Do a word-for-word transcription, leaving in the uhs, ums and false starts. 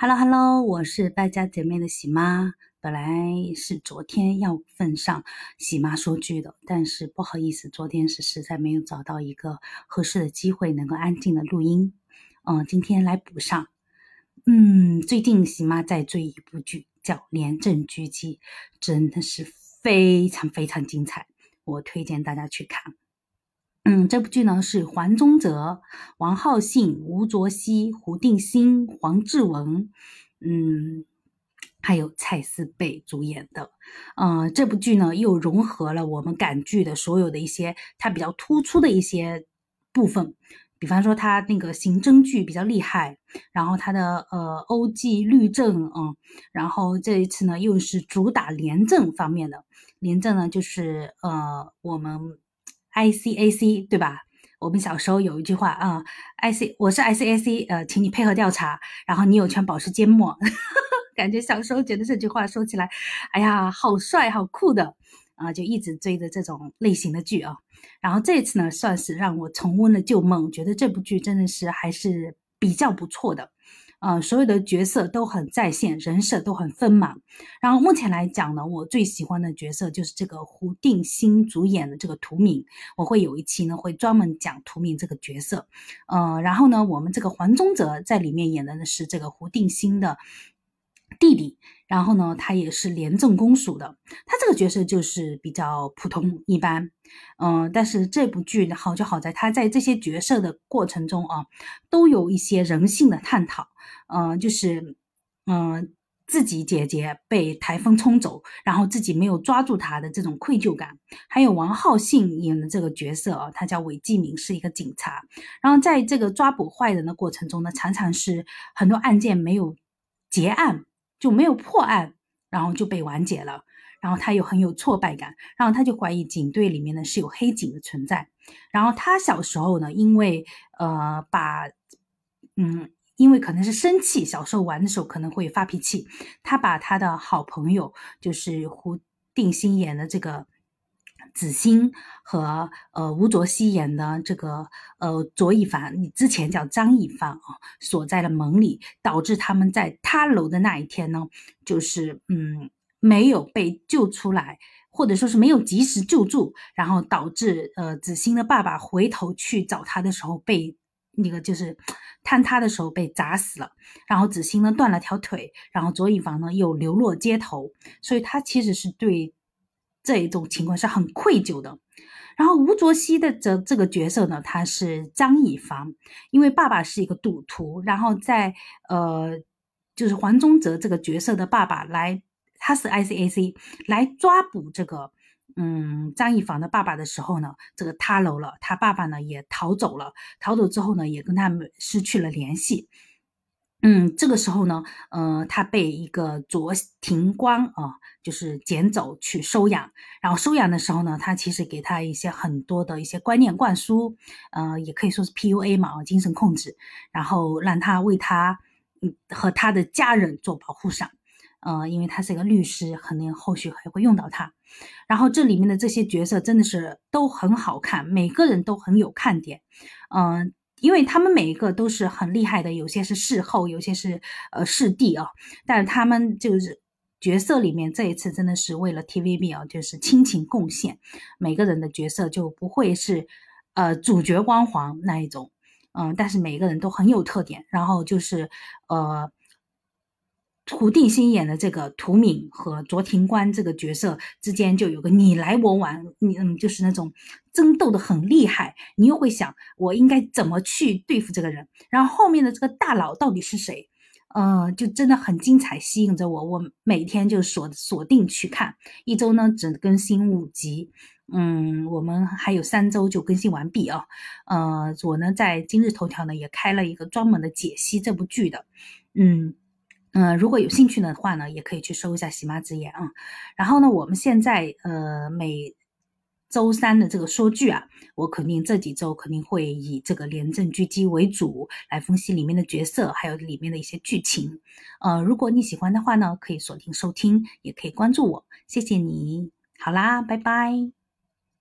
Hello Hello，我是败家姐妹的喜妈。本来是昨天要奉上喜妈说剧的，但是不好意思，昨天是实在没有找到一个合适的机会能够安静的录音。嗯，今天来补上。嗯，最近喜妈在追一部剧，叫《廉政狙击》，真的是非常非常精彩，我推荐大家去看。嗯，这部剧呢是黄宗泽、王浩信、吴卓羲、胡定欣、黄志文，嗯，还有蔡思贝主演的。呃，这部剧呢又融合了我们港剧的所有的一些它比较突出的一些部分，比方说它那个刑侦剧比较厉害，然后它的呃欧纪律政嗯，然后这一次呢又是主打廉政方面的。廉政呢就是呃我们 I C A C 对吧？我们小时候有一句话啊、呃、，I C 我是 I C A C， 呃，请你配合调查，然后你有权保持缄默。感觉小时候觉得这句话说起来，哎呀，好帅好酷的啊、呃，就一直追着这种类型的剧啊。然后这次呢，算是让我重温了旧梦，觉得这部剧真的是还是比较不错的。呃，所有的角色都很在线，人设都很丰满。然后目前来讲呢，我最喜欢的角色就是这个胡定欣主演的这个涂敏，我会有一期呢会专门讲涂敏这个角色。呃，然后呢，我们这个黄宗泽在里面演的是这个胡定欣的弟弟，然后呢，他也是廉政公署的，他这个角色就是比较普通一般。嗯、呃，但是这部剧呢好就好在他在这些角色的过程中啊，都有一些人性的探讨。呃，就是嗯、呃，自己姐姐被台风冲走，然后自己没有抓住她的这种愧疚感。还有王浩信演的这个角色啊，他叫韦继明，是一个警察。然后在这个抓捕坏人的过程中呢，常常是很多案件没有结案，就没有破案，然后就被完结了。然后他又很有挫败感，然后他就怀疑警队里面呢是有黑警的存在。然后他小时候呢，因为呃把嗯。因为可能是生气，小时候玩的时候可能会发脾气，他把他的好朋友就是胡定欣演的这个子欣和呃吴卓羲演的这个呃卓一凡，你之前叫张一凡啊，锁在了门里，导致他们在塌楼的那一天呢，就是嗯没有被救出来，或者说是没有及时救助，然后导致呃子欣的爸爸回头去找他的时候被那个就是坍塌的时候被砸死了，然后子欣呢断了条腿，然后卓一凡呢又流落街头，所以他其实是对这一种情况是很愧疚的。然后吴卓羲的这这个角色呢，他是张以凡，因为爸爸是一个赌徒，然后在呃就是黄宗泽这个角色的爸爸来，他是 I C A C 来抓捕这个嗯张一凡的爸爸的时候呢，这个塌楼了，他爸爸呢也逃走了，逃走之后呢也跟他们失去了联系。嗯，这个时候呢，呃，他被一个卓庭官啊、呃，就是捡走去收养。然后收养的时候呢，他其实给他一些很多的一些观念灌输，呃，也可以说是 P U A 嘛，精神控制，然后让他为他嗯和他的家人做保护伞。呃，因为他是一个律师，可能后续还会用到他。然后这里面的这些角色真的是都很好看，每个人都很有看点。嗯、呃。因为他们每一个都是很厉害的，有些是事后，有些是呃视帝啊，但是他们就是角色里面这一次真的是为了 T V B 啊，就是倾情贡献，每个人的角色就不会是呃主角光环那一种，嗯、呃，但是每个人都很有特点，然后就是呃。胡定欣演的这个涂敏和卓庭官这个角色之间就有个你来我往，你嗯就是那种争斗的很厉害，你又会想我应该怎么去对付这个人，然后后面的这个大佬到底是谁？呃，就真的很精彩，吸引着我，我每天就锁锁定去看，一周呢只更新五集，嗯，我们还有三周就更新完毕啊。呃，我呢在今日头条呢也开了一个专门的解析这部剧的，嗯。嗯、呃，如果有兴趣的话呢，也可以去搜一下喜妈之眼啊。然后呢，我们现在呃每周三的这个说剧啊，我肯定这几周肯定会以这个廉政狙击为主来分析里面的角色，还有里面的一些剧情。呃，如果你喜欢的话呢，可以锁定收听，也可以关注我，谢谢你。好啦，拜拜。